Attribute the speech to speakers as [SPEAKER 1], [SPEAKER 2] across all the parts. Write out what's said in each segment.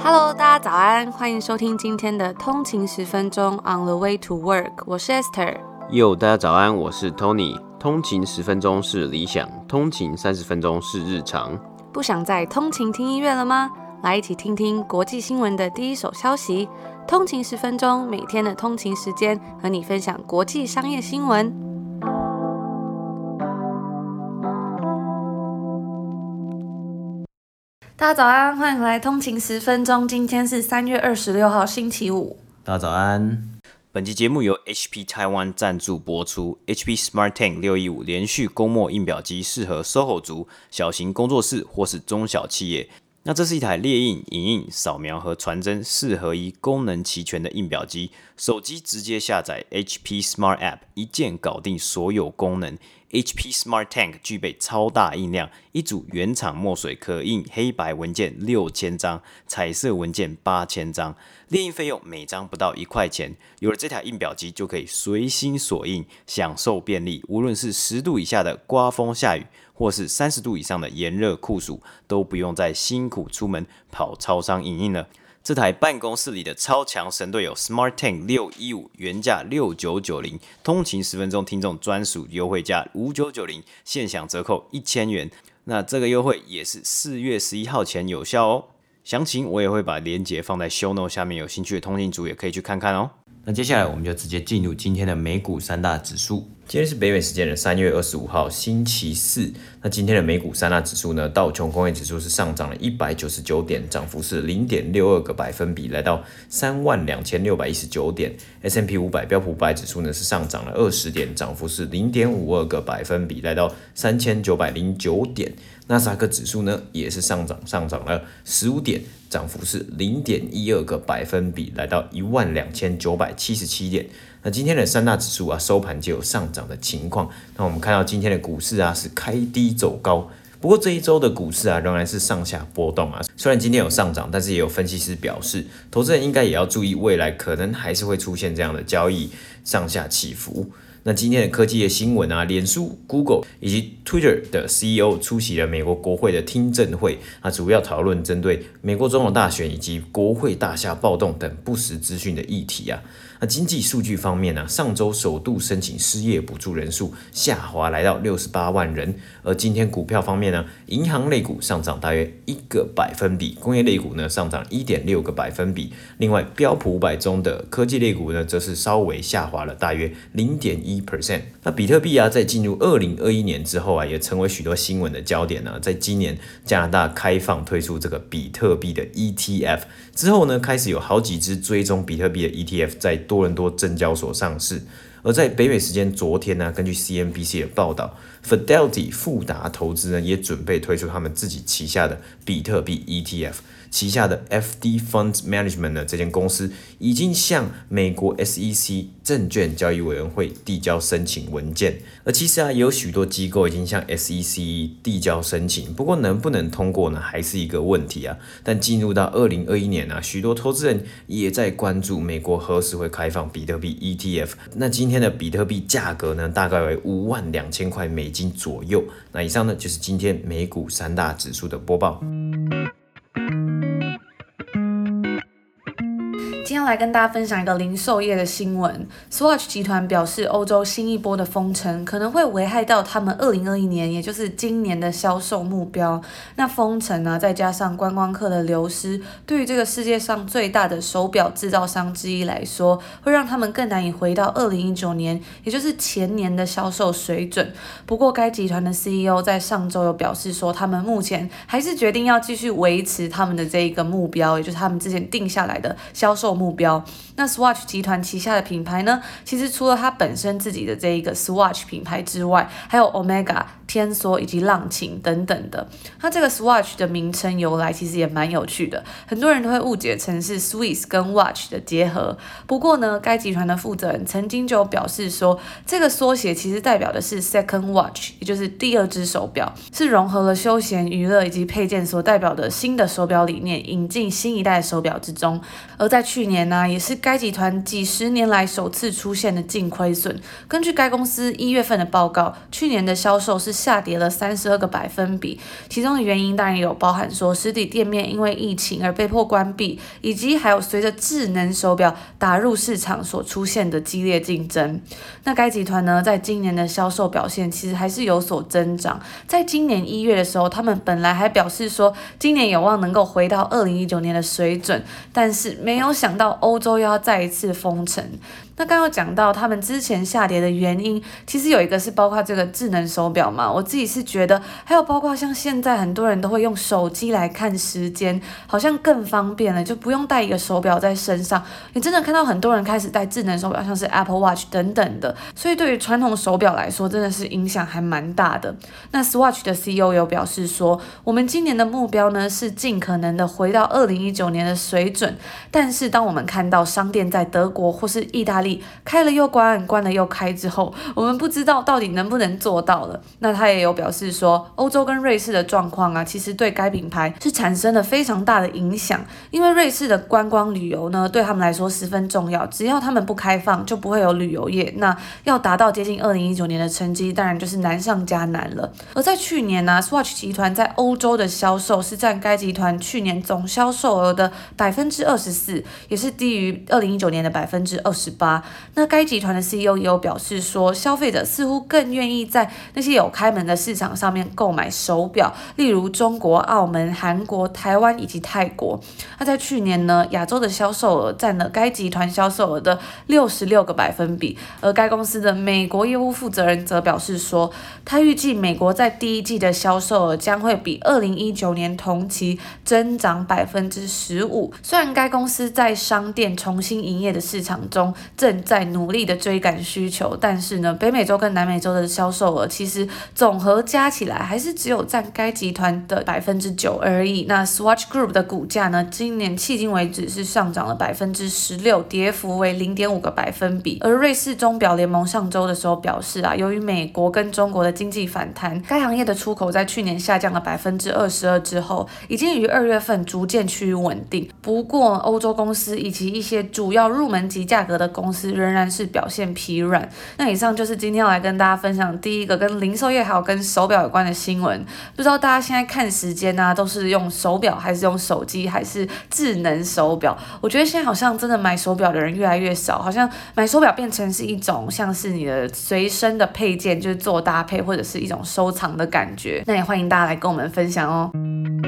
[SPEAKER 1] Hello， 大家早安，欢迎收听今天的通勤10分钟 On the way to work， 我是 Esther。
[SPEAKER 2] 大家早安，我是 Tony。通勤10分钟是理想，通勤30分钟是日常。
[SPEAKER 1] 不想再通勤听音乐了吗？来一起听听国际新闻的第一手消息。通勤10分钟，每天的通勤时间和你分享国际商业新闻。大家早安，欢迎回来通勤10分钟。今天是3月26号，星期五。
[SPEAKER 3] 大家早安。
[SPEAKER 2] 本期节目由 HP Taiwan 赞助播出。HP Smart Tank 615连续供墨印表机适合 SOHO 族、小型工作室或是中小企业。那这是一台列印、影印、扫描和传真4合1功能齐全的印表机，手机直接下载 HP Smart App， 一键搞定所有功能。HP Smart Tank 具备超大印量，一组原厂墨水可印黑白文件6000张，彩色文件8000张，列印费用每张不到1块钱。有了这台印表机，就可以随心所印，享受便利。无论是10度以下的刮风下雨，或是30度以上的炎热酷暑，都不用再辛苦出门跑超商影印了。这台办公室里的超强神队友 Smart Tank 615原价6990，通勤10分钟听众专属优惠价5990，现享折扣1000元。那这个优惠也是4月11号前有效哦。详情我也会把链接放在 show note 下面，有兴趣的通勤族也可以去看看哦。
[SPEAKER 3] 那接下来我们就直接进入今天的美股3大指数。今天是北美时间的3月25号，星期四。那今天的美股3大指数呢，道琼工业指数是上涨了199点，涨幅是 0.62 个百分比，来到32619点。S&P 500标普500指数呢是上涨了20点，涨幅是 0.52 个百分比，来到3909点。纳斯达克指数呢也是上涨了15点，涨幅是 0.12 个百分比，来到12977点。那今天的3大指数啊，收盘就有上涨的情况。那我们看到今天的股市啊是开低走高，不过这一周的股市啊仍然是上下波动啊。虽然今天有上涨，但是也有分析师表示，投资人应该也要注意未来可能还是会出现这样的交易上下起伏。那今天的科技的新闻啊，脸书、Google 以及 Twitter 的 CEO 出席了美国国会的听证会，主要讨论针对美国总统大选以及国会大厦暴动等不实资讯的议题啊。那经济数据方面啊，上周首度申请失业补助人数下滑来到68万人，而今天股票方面呢，银行类股上涨大约1个百分比，工业类股呢上涨 1.6 个百分比，另外标普500中的科技类股呢则是稍微下滑了大约 0.1%。那比特币啊，在进入2021年之后啊，也成为许多新闻的焦点啊。在今年加拿大开放推出这个比特币的 ETF 之后呢，开始有好几只追踪比特币的 ETF 在多伦多证交所上市。而在北美时间昨天呢，根据 CNBC 的报道， Fidelity 富达投资呢也准备推出他们自己旗下的比特币 ETF。旗下的 FD Funds Management 呢，这间公司已经向美国 SEC 证券交易委员会递交申请文件。而其实啊，也有许多机构已经向 SEC 递交申请，不过能不能通过呢，还是一个问题啊。但进入到2021年啊，许多投资人也在关注美国何时会开放比特币 ETF。那今天的比特币价格呢，大概为52000块美金左右。那以上呢，就是今天美股3大指数的播报。
[SPEAKER 1] 今天来跟大家分享一个零售业的新闻。Swatch 集团表示，欧洲新一波的封城可能会危害到他们2021年，也就是今年的销售目标。那封城啊，再加上观光客的流失，对于这个世界上最大的手表制造商之一来说，会让他们更难以回到2019年，也就是前年的销售水准。不过，该集团的 CEO 在上周有表示说，他们目前还是决定要继续维持他们的这一个目标，也就是他们之前定下来的销售目标。那 Swatch 集团旗下的品牌呢，其实除了它本身自己的这一个 Swatch 品牌之外，还有 Omega、天梭以及浪琴等等的。它这个 Swatch 的名称由来其实也蛮有趣的，很多人都会误解成是 Swiss 跟 Watch 的结合。不过呢，该集团的负责人曾经就表示说，这个缩写其实代表的是 Second Watch， 也就是第二只手表，是融合了休闲娱乐以及配件所代表的新的手表理念，引进新一代的手表之中。而在去年年啊，也是该集团几十年来首次出现的净亏损。根据该公司1月份的报告，去年的销售是下跌了32个百分比，其中的原因当然有包含说实体店面因为疫情而被迫关闭，以及还有随着智能手表打入市场所出现的激烈竞争。那该集团呢，在今年的销售表现其实还是有所增长。在今年1月的时候，他们本来还表示说今年有望能够回到2019年的水准，但是没有想到欧洲又要再一次封城。那刚刚讲到他们之前下跌的原因，其实有一个是包括这个智能手表嘛，我自己是觉得还有包括像现在很多人都会用手机来看时间，好像更方便了，就不用带一个手表在身上。你真的看到很多人开始戴智能手表，像是 Apple Watch 等等的，所以对于传统手表来说，真的是影响还蛮大的。那 Swatch 的 CEO 有表示说，我们今年的目标呢是尽可能的回到2019年的水准，但是当我们看到商店在德国或是意大利开了又关，关了又开之后，我们不知道到底能不能做到了。那他也有表示说，欧洲跟瑞士的状况啊，其实对该品牌是产生了非常大的影响，因为瑞士的观光旅游呢，对他们来说十分重要，只要他们不开放，就不会有旅游业。那要达到接近2019年的成绩，当然就是难上加难了。而在去年呢，Swatch 集团在欧洲的销售是占该集团去年总销售额的24%，也是低于2019年的28%。那该集团的 CEO 也有表示说，消费者似乎更愿意在那些有开门的市场上面购买手表，例如中国、澳门、韩国、台湾以及泰国。那在去年呢，亚洲的销售额占了该集团销售额的66个百分比，而该公司的美国业务负责人则表示说，他预计美国在第一季的销售额将会比2019年同期增长15%。虽然该公司在商店重新营业的市场中正在努力的追赶需求，但是呢，北美洲跟南美洲的销售额其实总和加起来还是只有占该集团的9%而已。那 Swatch Group 的股价呢，今年迄今为止是上涨了16%，跌幅为0.5个百分比。而瑞士钟表联盟上周的时候表示啊，由于美国跟中国的经济反弹，该行业的出口在去年下降了22%之后，已经于2月份逐渐趋于稳定。不过，欧洲公司以及一些主要入门级价格的公司仍然是表现疲软。那以上就是今天要来跟大家分享第一个跟零售业还有跟手表有关的新闻。不知道大家现在看时间啊，都是用手表还是用手机还是智能手表？我觉得现在好像真的买手表的人越来越少，好像买手表变成是一种像是你的随身的配件，就是做搭配或者是一种收藏的感觉。那也欢迎大家来跟我们分享哦。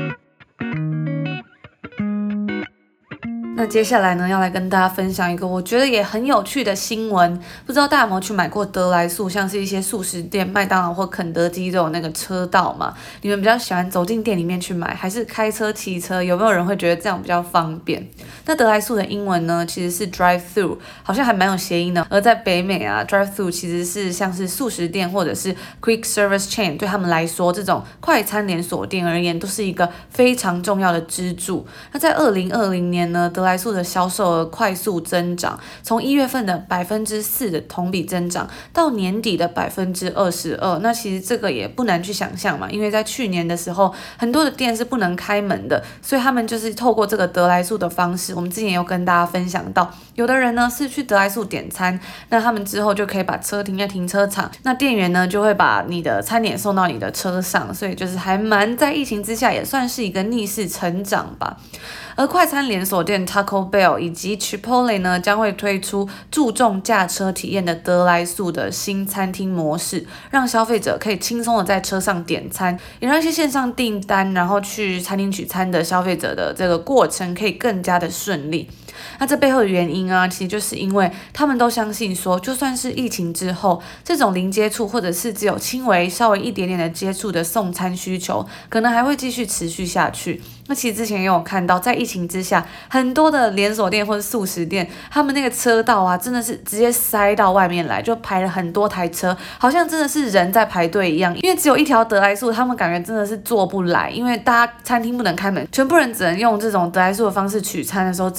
[SPEAKER 1] 那接下来呢，要来跟大家分享一个我觉得也很有趣的新闻。不知道大家有没有去买过得来速，像是一些速食店、麦当劳或肯德基这种那个车道嘛？你们比较喜欢走进店里面去买，还是开车、骑车？有没有人会觉得这样比较方便？那得来速的英文呢，其实是 drive through， 好像还蛮有谐音的。而在北美啊 ，drive through 其实是像是速食店或者是 quick service chain， 对他们来说，这种快餐连锁店而言，都是一个非常重要的支柱。那在2020年呢，得来速的销售额快速增长，从1月份的4%的同比增长到年底的22%。那其实这个也不难去想象嘛，因为在去年的时候，很多的店是不能开门的，所以他们就是透过这个得来速的方式。我们之前也有跟大家分享到，有的人呢是去得来速点餐，那他们之后就可以把车停在停车场，那店员呢就会把你的餐点送到你的车上，所以就是还蛮在疫情之下也算是一个逆势成长吧。而快餐连锁店 Taco Bell 以及 Chipotle 呢，将会推出注重驾车体验的得来速的新餐厅模式，让消费者可以轻松的在车上点餐，也让一些线上订单然后去餐厅取餐的消费者的这个过程可以更加的顺利。那这背后的原因啊，其实就是因为他们都相信说，就算是疫情之后，这种零接触或者是只有轻微稍微一点点的接触的送餐需求，可能还会继续持续下去。那其实之前也有看到，在疫情之下，很多的连锁店或者速食店，他们那个车道啊，真的是直接塞到外面来，就排了很多台车，好像真的是人在排队一样。因为只有一条得来速，他们感觉真的是做不来，因为大家餐厅不能开门，全部人只能用这种得来速的方式取餐的时候，整个就会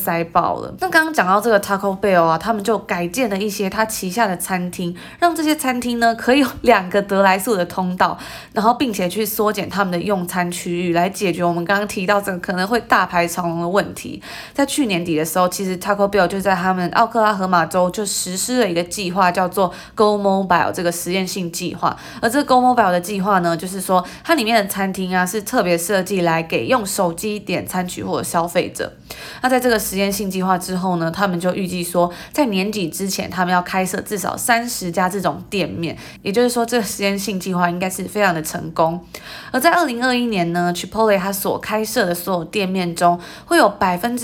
[SPEAKER 1] 塞爆了。那刚刚讲到这个 Taco Bell 啊，他们就改建了一些他旗下的餐厅，让这些餐厅呢可以有2个得来速的通道，然后并且去缩减他们的用餐区域，来解决我们刚刚提到这个可能会大排长龙的问题。在去年底的时候，其实 Taco Bell 就在他们奥克拉荷马州就实施了一个计划，叫做 Go Mobile 这个实验性计划。而这个 Go Mobile 的计划呢，就是说它里面的餐厅啊是特别设计来给用手机点餐取货的消费者。那在这个实验性计划之后呢，他们就预计说，在年底之前，他们要开设至少30家这种店面，也就是说，这个实验性计划应该是非常的成功。而在2021年呢 ，Chipotle 它所开设的所有店面中，会有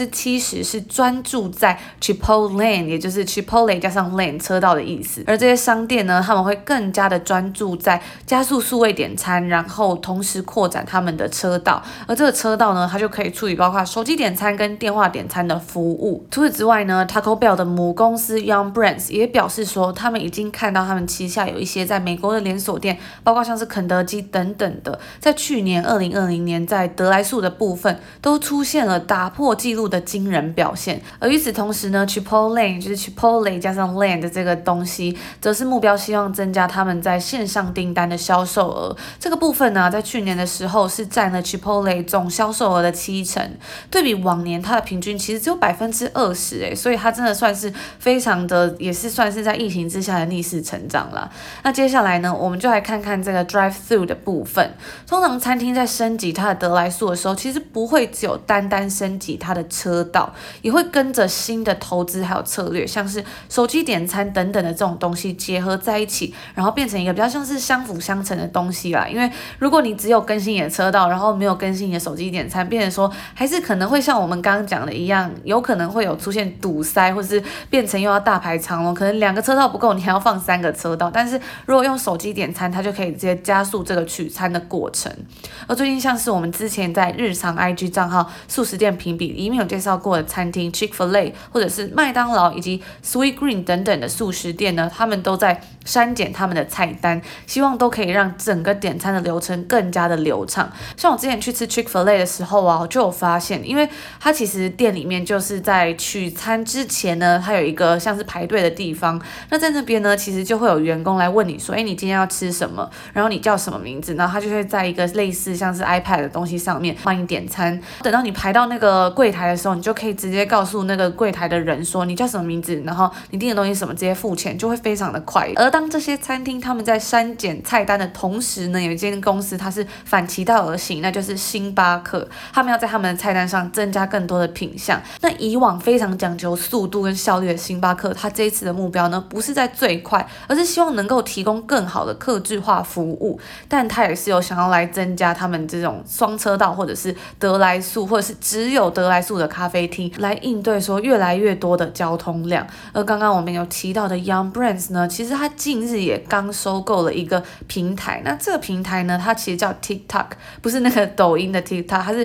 [SPEAKER 1] 70%是专注在 Chipotle Lane， 也就是 Chipotle 加上 Lane 车道的意思。而这些商店呢，他们会更加的专注在加速数位点餐，然后同时扩展他们的车道。而这个车道呢，它就可以处理包括手机点餐跟电话点餐的服务。除此之外呢 ，Taco Bell 的母公司 Yum Brands 也表示说，他们已经看到他们旗下有一些在美国的连锁店，包括像是肯德基等等的，在去年2020年在得来速的部分都出现了打破纪录的惊人表现。而与此同时呢 ，Chipotle Lane 就是 Chipotle 加上 Lane 的这个东西，则是目标希望增加他们在线上订单的销售额。这个部分呢，在去年的时候是占了 Chipotle 总销售额的70%，对比往年它的平均其实只有20%，所以它真的算是非常的，也是算是在疫情之下的逆势成长啦。那接下来呢，我们就来看看这个 drive-thru 的部分。通常餐厅在升级它的得来速的时候，其实不会只有单单升级它的车道，也会跟着新的投资还有策略，像是手机点餐等等的这种东西结合在一起，然后变成一个比较像是相辅相成的东西啦。因为如果你只有更新你的车道，然后没有更新你的手机点餐，变成说还是可能会像我们刚刚讲的一样，有可能会有出现堵塞，或是变成又要大排长龙，可能2个车道不够，你还要放3个车道。但是如果用手机点餐，它就可以直接加速这个取餐的过程。而最近像是我们之前在日常 IG 账号素食店评比里面有介绍过的餐厅 Chick-fil-A 或者是麦当劳以及 Sweet Green 等等的素食店呢，他们都在删减他们的菜单，希望都可以让整个点餐的流程更加的流畅。像我之前去吃 Chick-fil-A 的时候啊，我就有发现，因为它其实店里面就是在取餐之前呢，它有一个像是排队的地方，那在那边呢，其实就会有员工来问你说，你今天要吃什么，然后你叫什么名字，然后他就会在一个类似像是 iPad 的东西上面帮你点餐。等到你排到那个柜台的时候，你就可以直接告诉那个柜台的人说你叫什么名字，然后你订的东西什么，直接付钱，就会非常的快。而当这些餐厅他们在删减菜单的同时呢，有一间公司它是反其道而行，那就是星巴克，他们要在他们的菜单上增加更多的品项。那以往非常讲究速度跟效率的星巴克，它这一次的目标呢，不是在最快，而是希望能够提供更好的客制化服务，但它也是有想要来增加他们这种双车道或者是得来速或者是只有得来速的咖啡厅，来应对说越来越多的交通量。而刚刚我们有提到的 Yum Brands 呢，其实它近日也刚收购了一个平台，那这个平台呢，它其实叫 TikTok， 不是那个抖音的 TikTok， 它是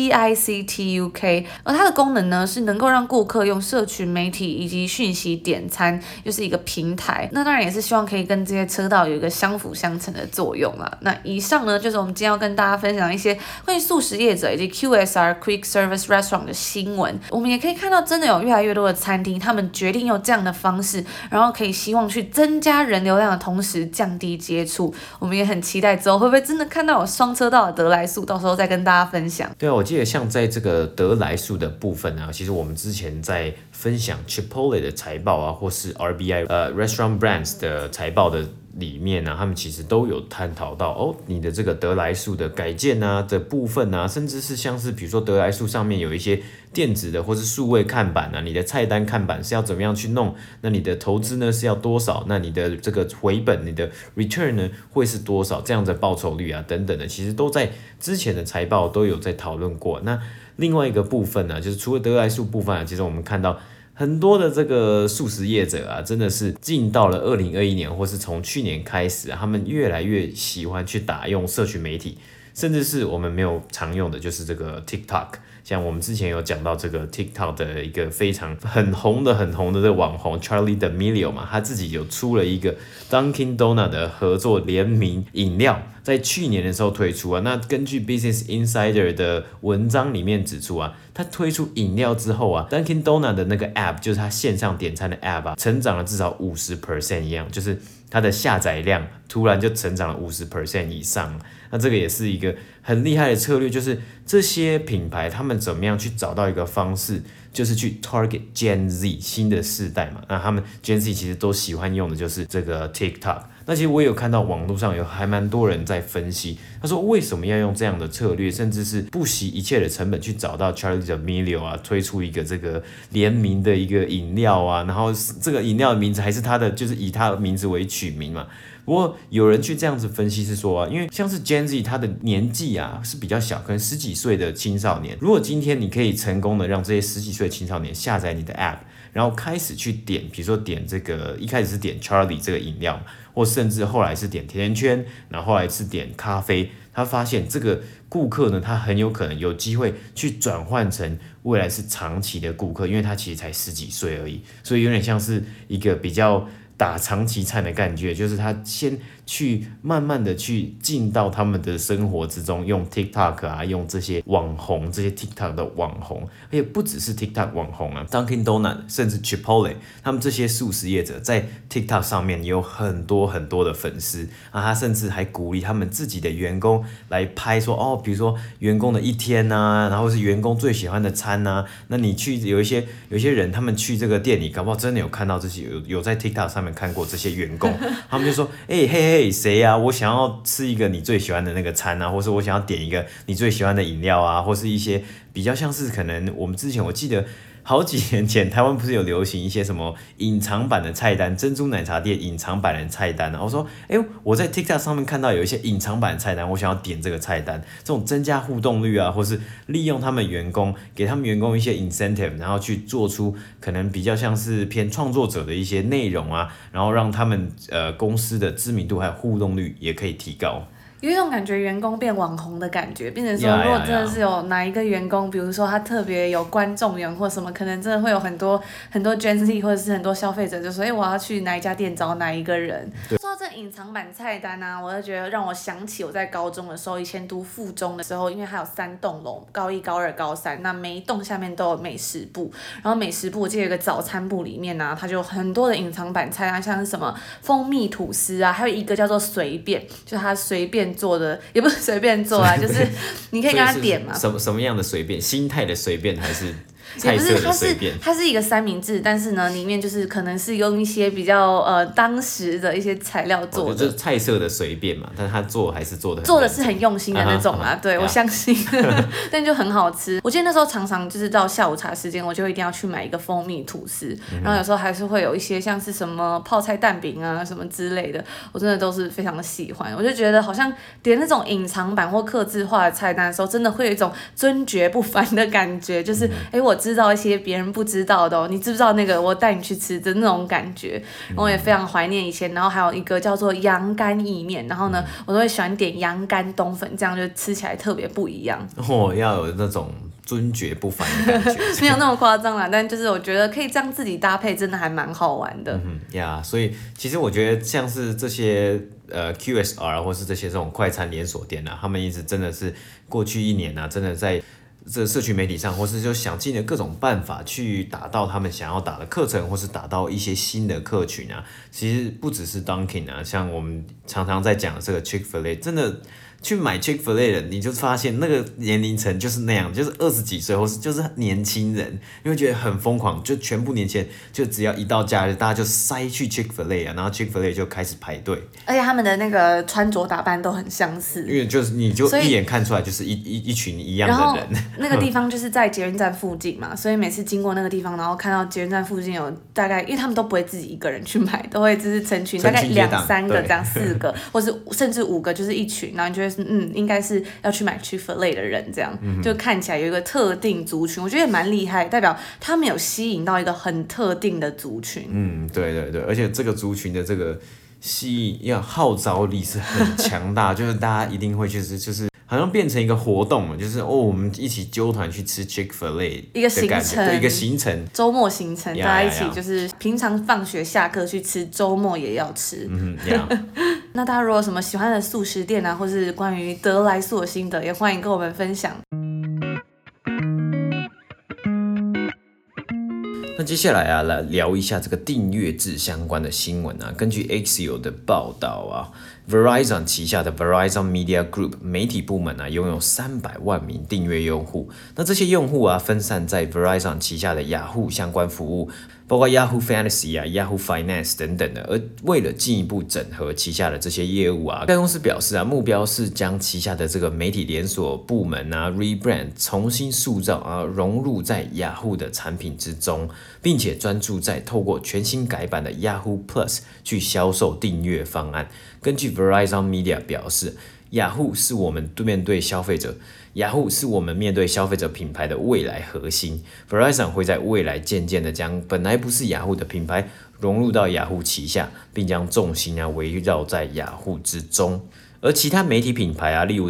[SPEAKER 1] TICTUK， 而它的功能呢是能够让顾客用社群媒体以及讯息点餐，就是一个平台。那当然也是希望可以跟这些车道有一个相辅相成的作用啦。那以上呢，就是我们今天要跟大家分享一些关于素食业者以及 QSR Quick Service Restaurant 的新闻。我们也可以看到，真的有越来越多的餐厅，他们决定用这样的方式，然后可以希望去增加人流量的同时降低接触。我们也很期待之后会不会真的看到有双车道的得来速，到时候再跟大家分享。
[SPEAKER 3] 对啊，我记得像在这个得来速的部分啊，其实我们之前在分享 Chipotle 的财报啊，或是 RBI Restaurant Brands 的财报的里面呢，他们其实都有探讨到你的这个得来速的改建啊的部分啊，甚至是像是比如说得来速上面有一些电子的或是数位看板啊，你的菜单看板是要怎么样去弄，那你的投资呢是要多少，那你的这个回本你的 return 呢会是多少，这样的报酬率啊等等的，其实都在之前的财报都有在讨论过。那另外一个部分呢，就是除了得来速部分啊，其实我们看到很多的这个素食业者啊，真的是进到了2021年，或是从去年开始啊，他们越来越喜欢去打用社群媒体， 甚至是我们没有常用的，就是这个 TikTok。像我们之前有讲到这个 TikTok 的一个很红的这个网红 Charli D'Amelio 嘛，他自己有出了一个 Dunkin' Donut 的合作联名饮料，在去年的时候推出啊。那根据 Business Insider 的文章里面指出啊，他推出饮料之后啊 ，Dunkin' Donut 的那个 App 就是他线上点餐的 App 啊，成长了至少50% 一样，就是它的下载量突然就成长了50% 以上。那这个也是一个很厉害的策略，就是这些品牌他们怎么样去找到一个方式，就是去 target Gen Z 新的世代嘛。那他们 Gen Z 其实都喜欢用的就是这个 TikTok。那其实我也有看到网络上还蛮多人在分析，他说为什么要用这样的策略，甚至是不惜一切的成本去找到 Charli D'Amelio 啊，推出一个这个联名的一个饮料啊，然后这个饮料的名字还是他的，就是以他的名字为取名嘛。不过有人去这样子分析是说啊，因为像是 Gen Z 他的年纪啊是比较小，可能10几岁的青少年，如果今天你可以成功的让这些10几岁的青少年下载你的 App， 然后开始去点，比如说点这个一开始是点 Charli 这个饮料，或甚至后来是点甜甜圈，然后后来是点咖啡，他发现这个顾客呢，他很有可能有机会去转换成未来是长期的顾客，因为他其实才10几岁而已，所以有点像是一个比较打长期战的感觉，就是他先去慢慢的去进到他们的生活之中，用 TikTok 啊，用这些网红，这些 TikTok 的网红，而且不只是 TikTok 网红啊 ，Dunkin' Donut 甚至 Chipotle， 他们这些素食业者在 TikTok 上面也有很多的粉丝啊，他甚至还鼓励他们自己的员工来拍说哦，比如说员工的一天啊，然后是员工最喜欢的餐啊，那你去有一些人他们去这个店里，搞不好真的有看到这些有在 TikTok 上面看过这些员工，他们就说嘿谁啊，我想要吃一个你最喜欢的那个餐啊，或是我想要点一个你最喜欢的饮料啊，或是一些比较像是可能我们之前我记得好几年前台湾不是有流行一些什么隐藏版的菜单，珍珠奶茶店隐藏版的菜单啊，我说我在 TikTok 上面看到有一些隐藏版的菜单，我想要点这个菜单，这种增加互动率啊，或是利用他们员工，给他们员工一些 incentive， 然后去做出可能比较像是偏创作者的一些内容啊，然后让他们公司的知名度还有互动率也可以提高。
[SPEAKER 1] 有一种感觉员工变网红的感觉，变成说如果真的是有哪一个员工，比如说他特别有观众缘或什么，可能真的会有很多 Gen Z 或者是很多消费者就说我要去哪一家店找哪一个人。说到这隐藏版菜单啊，我就觉得让我想起我在高中的时候，以前读附中的时候，因为还有3栋楼，高1、高2、高3，那每一栋下面都有美食部，然后美食部我记得有个早餐部里面啊，它就有很多的隐藏版菜单，像是什么蜂蜜吐司啊，还有一个叫做随便，就它随便做的，也不是随便做啊，就是你可以跟他点嘛。
[SPEAKER 3] 什么样的随便？心态的随便还是菜色的随便？
[SPEAKER 1] 它是一个三明治，但是呢，里面就是可能是用一些比较当时的一些材料做的，
[SPEAKER 3] 就是菜色的随便嘛，但是他做还是做的是
[SPEAKER 1] 很用心的那种啊，对，我相信，但就很好吃。我记得那时候常常就是到下午茶时间，我就一定要去买一个蜂蜜吐司，然后有时候还是会有一些像是什么泡菜蛋饼啊什么之类的，我真的都是非常的喜欢。我就觉得好像点那种隐藏版或客制化的菜单的时候，真的会有一种尊爵不凡的感觉，就是我知道一些别人不知道的你知不知道那个我带你去吃的那种感觉。然后我也非常怀念以前，然后还有一个叫做羊肝意面，然后呢我都会喜欢点羊肝冬粉，这样就吃起来特别不一样。
[SPEAKER 3] 要有那种尊爵不凡的感觉。
[SPEAKER 1] 没有那么夸张啦，但就是我觉得可以这样自己搭配，真的还蛮好玩的。
[SPEAKER 3] 所以其实我觉得像是这些QSR 或是这些这种快餐连锁店啊，他们一直真的是过去1年啊，真的在这社群媒体上，或是就想尽了各种办法去打到他们想要打的课程，或是打到一些新的客群啊。其实不只是 Dunkin' 啊，像我们常常在讲的这个 Chick-fil-A， 真的去买 Chick-fil-A 的，你就发现那个年龄层就是那样，就是20几岁，或是就是年轻人，你会觉得很疯狂，就全部年轻人就只要一到假日，大家就塞去 Chick-fil-A 啊，然后 Chick-fil-A 就开始排队，
[SPEAKER 1] 而且他们的那个穿着打扮都很相似，
[SPEAKER 3] 因为就是你就一眼看出来就是一群一样的人。
[SPEAKER 1] 那个地方就是在捷运站附近嘛，所以每次经过那个地方，然后看到捷运站附近有大概，因为他们都不会自己一个人去买，都会就是成群，大概2、3个这样，4个，或是甚至5个，就是一群，然后你就会是应该是要去买 Chick-fil-A 的人，这样就看起来有一个特定族群，我觉得也蛮厉害，代表他们有吸引到一个很特定的族群。
[SPEAKER 3] 对，而且这个族群的这个号召力是很强大，就是大家一定会就是好像变成一个活动了，就是我们一起揪团去吃 Chick-fil-A
[SPEAKER 1] 一个行
[SPEAKER 3] 的感觉，对，
[SPEAKER 1] 程，
[SPEAKER 3] 一个行程，
[SPEAKER 1] 周末行程，大家一起
[SPEAKER 3] 呀
[SPEAKER 1] 就是平常放学下课去吃，周末也要吃。那大家如果有什么喜欢的素食店啊，或是关于得来素的心得，也欢迎跟我们分享。
[SPEAKER 3] 那接下来啊，来聊一下这个订阅制相关的新闻啊。根据 Axios 的报道啊，Verizon 旗下的 Verizon Media Group 媒体部门啊，拥有300万名订阅用户。那这些用户啊，分散在 Verizon 旗下的雅虎相关服务，包括 Yahoo Fantasy 啊、Yahoo Finance 等等的。而为了进一步整合旗下的这些业务啊，该公司表示啊，目标是将旗下的这个媒体连锁部门啊 rebrand 重新塑造啊，融入在雅虎的产品之中，并且专注在透过全新改版的 Yahoo Plus 去销售订阅方案。根据 Verizon Media 表示，雅虎是我们面对消费者。雅虎是我们面对消费者品牌的未来核心 ，Verizon 会在未来渐渐的将本来不是雅虎的品牌融入到雅虎旗下，并将重心啊围绕在雅虎之中。而其他媒体品牌啊，例如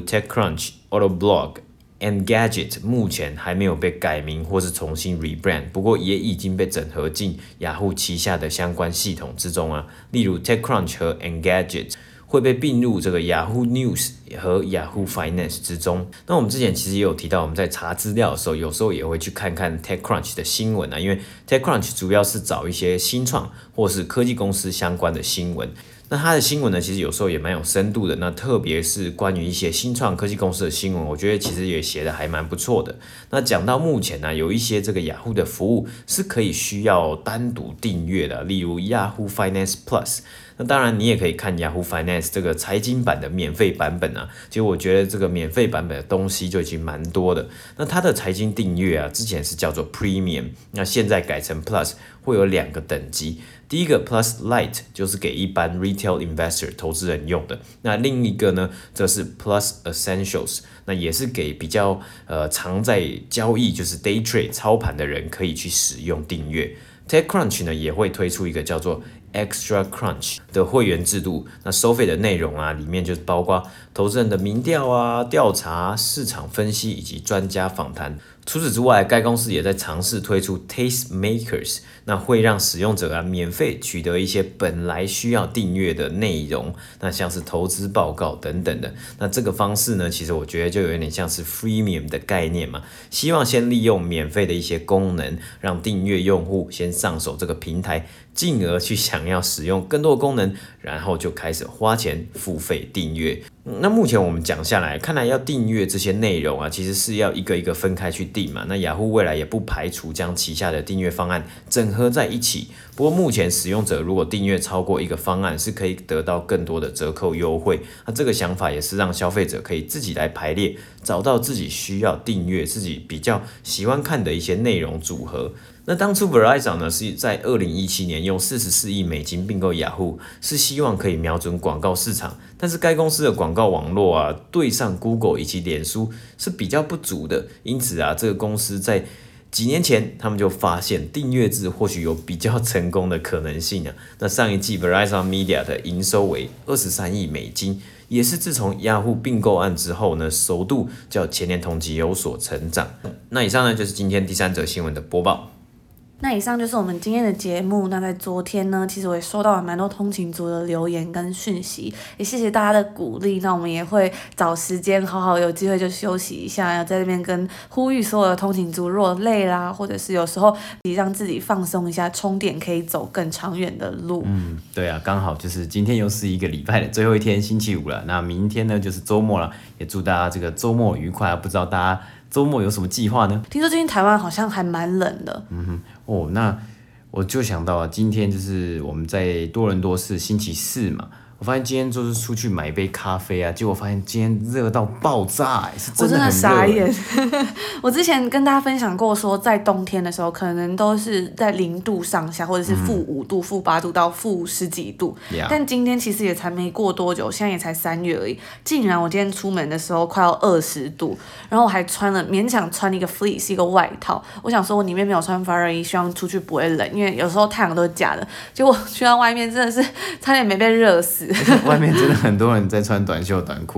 [SPEAKER 3] TechCrunch、Autoblog、Engadget 目前还没有被改名或是重新 rebrand， 不过也已经被整合进雅虎旗下的相关系统之中啊，例如 TechCrunch 和 Engadget。会被并入这个 Yahoo News 和 Yahoo Finance 之中。那我们之前其实也有提到，我们在查资料的时候，有时候也会去看看 TechCrunch 的新闻啊，因为 TechCrunch 主要是找一些新创或是科技公司相关的新闻。那它的新闻呢，其实有时候也蛮有深度的。那特别是关于一些新创科技公司的新闻，我觉得其实也写得还蛮不错的。那讲到目前呢，有一些这个雅虎的服务是可以需要单独订阅的，例如 Yahoo Finance Plus。那当然，你也可以看 Yahoo Finance 这个财经版的免费版本啊。其实我觉得这个免费版本的东西就已经蛮多的。那它的财经订阅啊，之前是叫做 Premium， 那现在改成 Plus， 会有2个等级。第一个 Plus Lite 就是给一般 Retail Investor 投资人用的，那另一个呢，则是 Plus Essentials， 那也是给比较常在交易就是 Day Trade 操盘的人可以去使用订阅。TechCrunch 呢也会推出一个叫做 Extra Crunch 的会员制度，那收费的内容啊，里面就包括投资人的民调啊、调查、市场分析以及专家访谈。除此之外，该公司也在尝试推出 Taste Makers， 那会让使用者啊免费取得一些本来需要订阅的内容，那像是投资报告等等的。那这个方式呢，其实我觉得就有点像是 Freemium 的概念嘛，希望先利用免费的一些功能，让订阅用户先上手这个平台，进而去想要使用更多的功能，然后就开始花钱付费订阅。那目前我们讲下来，看来要订阅这些内容啊，其实是要一个一个分开去订嘛。那雅虎未来也不排除将旗下的订阅方案整合在一起。不过目前使用者如果订阅超过一个方案，是可以得到更多的折扣优惠。那这个想法也是让消费者可以自己来排列，找到自己需要订阅、自己比较喜欢看的一些内容组合。那当初 Verizon 呢是在2017年用44亿美金并购雅虎，是希望可以瞄准广告市场，但是该公司的广告网络啊对上 Google 以及脸书是比较不足的，因此啊这个公司在几年前他们就发现订阅制或许有比较成功的可能性啊。那上一季 Verizon Media 的营收为23亿美金，也是自从雅虎并购案之后呢首度较前年同期有所成长。那以上呢就是今天第3则新闻的播报。
[SPEAKER 1] 那以上就是我们今天的节目。那在昨天呢，其实我也收到了蛮多通勤族的留言跟讯息，也谢谢大家的鼓励。那我们也会找时间好好有机会就休息一下，要在这边跟呼吁所有的通勤族，如果累啦，或者是有时候让自己放松一下，充电可以走更长远的路。
[SPEAKER 3] 对啊，刚好就是今天又是一个礼拜的最后一天，星期五了。那明天呢就是周末了，也祝大家这个周末愉快。不知道大家周末有什么计划呢？
[SPEAKER 1] 听说最近台湾好像还蛮冷的。
[SPEAKER 3] 那我就想到了，今天就是我们在多伦多市星期4嘛，我发现今天就是出去买一杯咖啡啊，结果发现今天热到爆炸，是真的很热。我真的
[SPEAKER 1] 傻眼。我之前跟大家分享过说，在冬天的时候，可能都是在0度上下，或者是-5度、-8度到-10几度。但今天其实也才没过多久，现在也才3月而已，竟然我今天出门的时候快要20度，然后我还勉强穿了一个 fleece 一个外套。我想说我里面没有穿发热衣，希望出去不会冷，因为有时候太阳都是假的。结果去到外面真的是差点没被热死。
[SPEAKER 3] 外面真的很多人在穿短袖短裤了。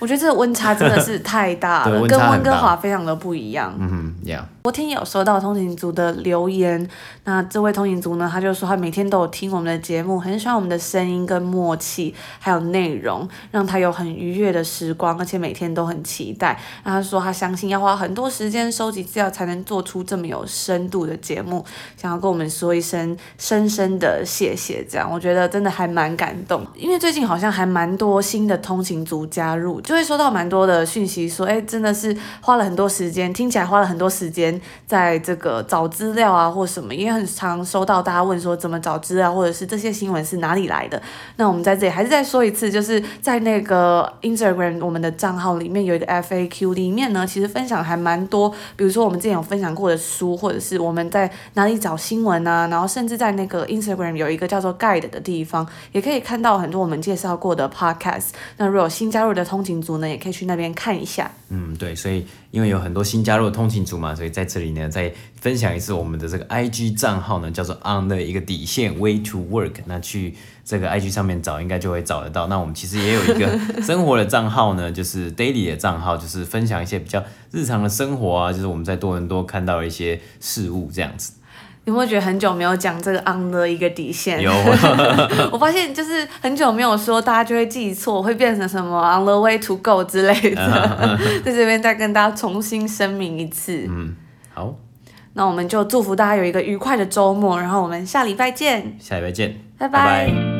[SPEAKER 1] 我觉得这个温差真的是太大了，跟温哥华非常的不一样。昨天也有收到通勤族的留言，那这位通勤族呢，他就说他每天都有听我们的节目，很喜欢我们的声音跟默契，还有内容，让他有很愉悦的时光，而且每天都很期待。那他说他相信要花很多时间收集资料，才能做出这么有深度的节目，想要跟我们说一声深深的谢谢。这样我觉得真的还蛮感动，因为最近好像还蛮多新的通勤族加入，就会收到蛮多的讯息说，真的是花了很多时间，听起来花了很多时间在这个找资料啊或什么，因为很常收到大家问说怎么找资料，或者是这些新闻是哪里来的。那我们在这里还是再说一次，就是在那个 Instagram 我们的账号里面有一个 FAQ， 里面呢其实分享还蛮多，比如说我们之前有分享过的书，或者是我们在哪里找新闻啊，然后甚至在那个 Instagram 有一个叫做 Guide 的地方，也可以看到很多我们介绍过的 Podcast。那如果有新加入的通勤族呢，也可以去那边看一下。
[SPEAKER 3] 对，所以因为有很多新加入的通勤族嘛，所以在这里呢再分享一次我们的这个 IG 账号呢，叫做 on 的一个底线 way to work。那去这个 IG 上面找，应该就会找得到。那我们其实也有一个生活的账号呢，就是 daily 的账号，就是分享一些比较日常的生活啊，就是我们在多伦多看到的一些事物这样子。
[SPEAKER 1] 有没有觉得很久没有讲这个 on 的一个底线？
[SPEAKER 3] 有，
[SPEAKER 1] 我发现就是很久没有说，大家就会记错，会变成什么 on the way to go 之类的。在这边再跟大家重新声明一次。
[SPEAKER 3] 好，
[SPEAKER 1] 那我们就祝福大家有一个愉快的周末，然后我们下礼拜见。
[SPEAKER 3] 下礼拜见，
[SPEAKER 1] 拜拜。